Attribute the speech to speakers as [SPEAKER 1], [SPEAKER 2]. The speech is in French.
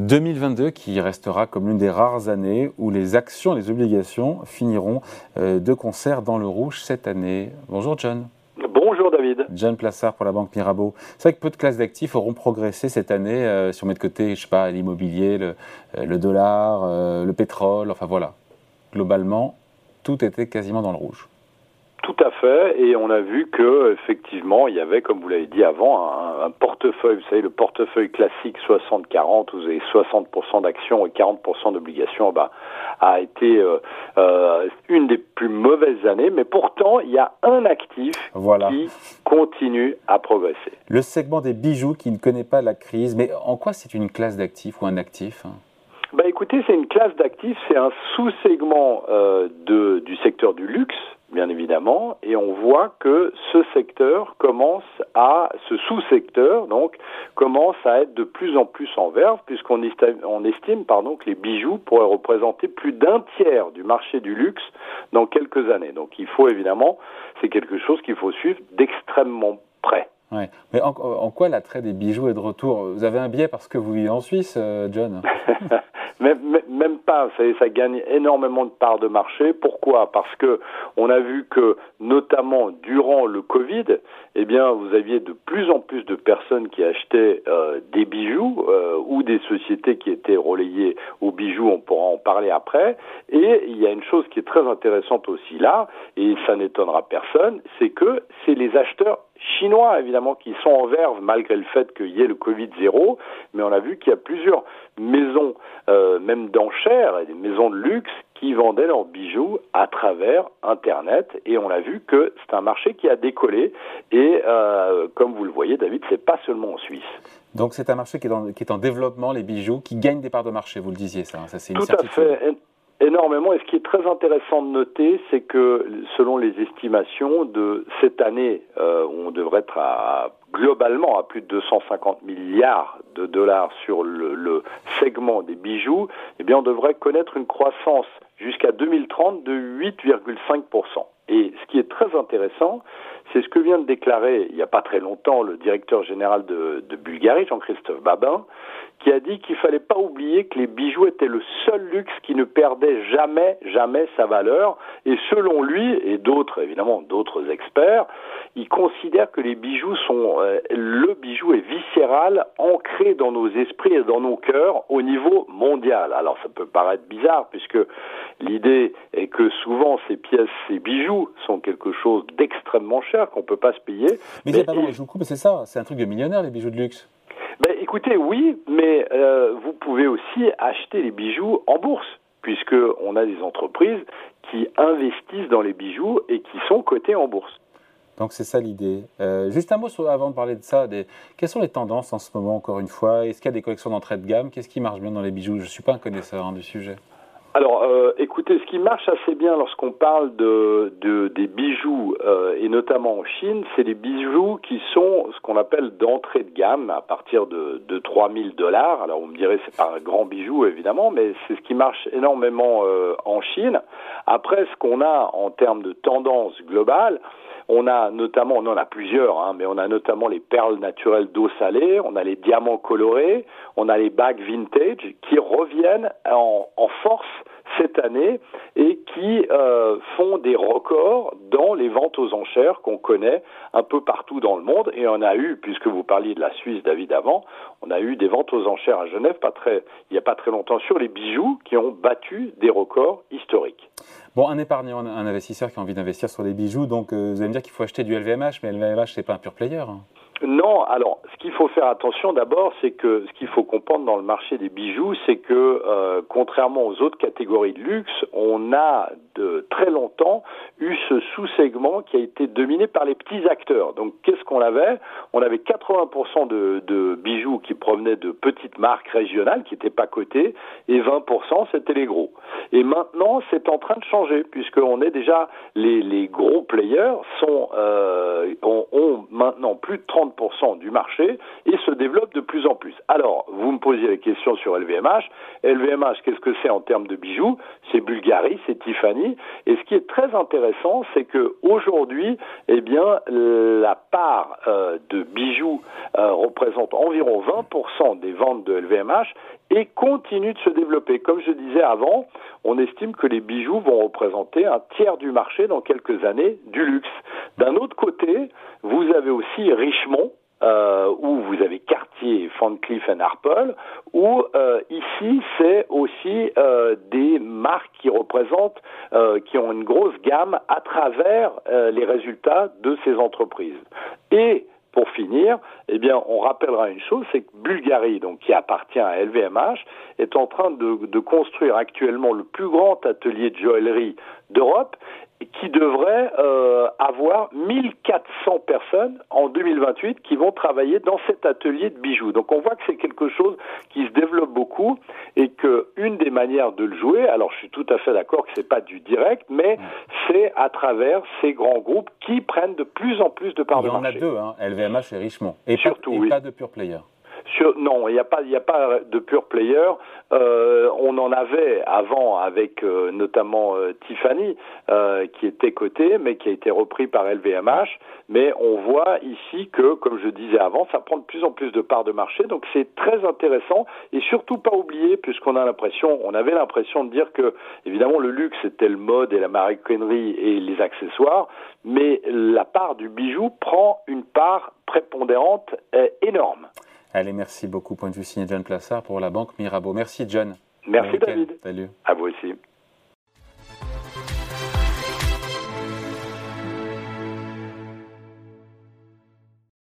[SPEAKER 1] 2022 qui restera comme l'une des rares années où les actions et les obligations finiront de concert dans le rouge cette année. Bonjour John.
[SPEAKER 2] Bonjour David.
[SPEAKER 1] John Plassard pour la Banque Mirabeau. C'est vrai que peu de classes d'actifs auront progressé cette année si on met de côté, je sais pas, l'immobilier, le dollar, le pétrole, enfin voilà. Globalement, tout était quasiment dans le rouge.
[SPEAKER 2] Tout à fait, et on a vu que effectivement il y avait, comme vous l'avez dit avant, un portefeuille, vous savez, le portefeuille classique 60-40, vous avez 60% d'actions et 40% d'obligations, a été une des plus mauvaises années, mais pourtant il y a un actif qui continue à progresser.
[SPEAKER 1] Le segment des bijoux qui ne connaît pas la crise, mais en quoi c'est une classe d'actifs ou un actif ?
[SPEAKER 2] Écoutez, c'est une classe d'actifs, c'est un sous-segment du secteur du luxe, bien évidemment, et on voit que ce sous-secteur, donc, commence à être de plus en plus en verve, puisqu'on estime que les bijoux pourraient représenter plus d'un tiers du marché du luxe dans quelques années. Donc, il faut évidemment, c'est quelque chose qu'il faut suivre d'extrêmement près.
[SPEAKER 1] Ouais. Mais en quoi l'attrait des bijoux est de retour ? Vous avez un biais parce que vous vivez en Suisse, John ?
[SPEAKER 2] Même pas, vous savez, ça gagne énormément de parts de marché. Pourquoi ? Parce que on a vu que, notamment durant le Covid, vous aviez de plus en plus de personnes qui achetaient des bijoux ou des sociétés qui étaient relayées aux bijoux, on pourra en parler après. Et il y a une chose qui est très intéressante aussi là, et ça n'étonnera personne, c'est que c'est les acheteurs chinois, évidemment, qui sont en verve, malgré le fait qu'il y ait le Covid-0, mais on a vu qu'il y a plusieurs maisons, même d'enchères, et des maisons de luxe, qui vendaient leurs bijoux à travers Internet, et on a vu que c'est un marché qui a décollé, et comme vous le voyez, David, c'est pas seulement en Suisse.
[SPEAKER 1] Donc c'est un marché qui est en développement, les bijoux, qui gagne des parts de marché, vous le disiez, ça c'est une certitude.
[SPEAKER 2] Tout à fait. Énormément, et ce qui est très intéressant de noter, c'est que selon les estimations de cette année, où on devrait être globalement à plus de 250 milliards de dollars sur le segment des bijoux, on devrait connaître une croissance jusqu'à 2030 de 8,5%. Et ce qui est très intéressant, c'est ce que vient de déclarer il n'y a pas très longtemps le directeur général de Bulgarie, Jean-Christophe Babin, qui a dit qu'il ne fallait pas oublier que les bijoux étaient le seul luxe qui ne perdait jamais sa valeur. Et selon lui, et d'autres experts, il considère que les bijoux le bijou est viscéral, ancré dans nos esprits et dans nos cœurs au niveau mondial. Alors ça peut paraître bizarre, puisque l'idée est que souvent ces bijoux sont quelque chose d'extrêmement cher, qu'on ne peut pas se payer.
[SPEAKER 1] Mais je vous coupe, c'est ça, c'est un truc de millionnaire, les bijoux de luxe.
[SPEAKER 2] Écoutez, oui, mais vous pouvez aussi acheter les bijoux en bourse, puisqu'on a des entreprises qui investissent dans les bijoux et qui sont cotées en bourse.
[SPEAKER 1] Donc c'est ça l'idée. Juste un mot avant de parler de ça, quelles sont les tendances en ce moment, encore une fois ? Est-ce qu'il y a des collections d'entrée de gamme ? Qu'est-ce qui marche bien dans les bijoux ? Je ne suis pas un connaisseur du sujet.
[SPEAKER 2] Alors, écoutez, ce qui marche assez bien lorsqu'on parle des bijoux, et notamment en Chine, c'est les bijoux qui sont ce qu'on appelle d'entrée de gamme, à partir de $3,000. Alors, vous me direz, c'est pas un grand bijou, évidemment, mais c'est ce qui marche énormément en Chine. Après, ce qu'on a en termes de tendance globale, on a notamment, on en a plusieurs, mais on a notamment les perles naturelles d'eau salée, on a les diamants colorés, on a les bagues vintage qui reviennent en force cette année et qui font des records dans les ventes aux enchères qu'on connaît un peu partout dans le monde. Et on a eu, puisque vous parliez de la Suisse, David, avant, on a eu des ventes aux enchères à Genève il n'y a pas très longtemps sur les bijoux qui ont battu des records historiques.
[SPEAKER 1] Bon, un épargnant, un investisseur qui a envie d'investir sur les bijoux, donc vous allez me dire qu'il faut acheter du LVMH, mais LVMH, c'est pas un pur player.
[SPEAKER 2] Non, alors, ce qu'il faut faire attention d'abord, c'est que ce qu'il faut comprendre dans le marché des bijoux, c'est que, contrairement aux autres catégories de luxe, on a de très longtemps eu ce sous-segment qui a été dominé par les petits acteurs. Donc, qu'est-ce qu'on avait ? On avait 80% de bijoux qui provenaient de petites marques régionales qui n'étaient pas cotées, et 20% c'était les gros. Et maintenant, c'est en train de changer, puisqu'on est déjà, les gros players ont maintenant plus de 30% 50% du marché et se développe de plus en plus. Alors, vous me posiez la question sur LVMH. LVMH, qu'est-ce que c'est en termes de bijoux? C'est Bulgari, c'est Tiffany. Et ce qui est très intéressant, c'est que aujourd'hui, eh bien, la part de bijoux représente environ 20% des ventes de LVMH et continue de se développer. Comme je disais avant, on estime que les bijoux vont représenter un tiers du marché dans quelques années du luxe. D'un autre côté, vous avez aussi Richemont, où vous avez Cartier, Van Cleef & Arpels, où ici c'est aussi des marques qui représentent, qui ont une grosse gamme à travers les résultats de ces entreprises. Et pour finir, eh bien, on rappellera une chose, c'est que Bulgari, donc qui appartient à LVMH, est en train de construire actuellement le plus grand atelier de joaillerie d'Europe, qui devrait avoir 1400 personnes en 2028 qui vont travailler dans cet atelier de bijoux. Donc on voit que c'est quelque chose qui se développe beaucoup et que une des manières de le jouer, alors je suis tout à fait d'accord que c'est pas du direct, mais c'est à travers ces grands groupes qui prennent de plus en plus de parts de marché.
[SPEAKER 1] Il y en a deux, hein, LVMH et Richemont, et
[SPEAKER 2] surtout,
[SPEAKER 1] pas de pure player.
[SPEAKER 2] Non, il n'y a pas de pure player. On en avait avant avec notamment Tiffany, qui était coté, mais qui a été repris par LVMH. Mais on voit ici que, comme je disais avant, ça prend de plus en plus de parts de marché. Donc c'est très intéressant et surtout pas oublier, puisqu'on avait l'impression de dire que, évidemment, le luxe c'était le mode et la maroquinerie et les accessoires, mais la part du bijou prend une part prépondérante énorme.
[SPEAKER 1] Allez, merci beaucoup. Point de vue signé John Plassard pour la banque Mirabeau. Merci John.
[SPEAKER 2] Merci David.
[SPEAKER 1] Salut.
[SPEAKER 2] À vous aussi.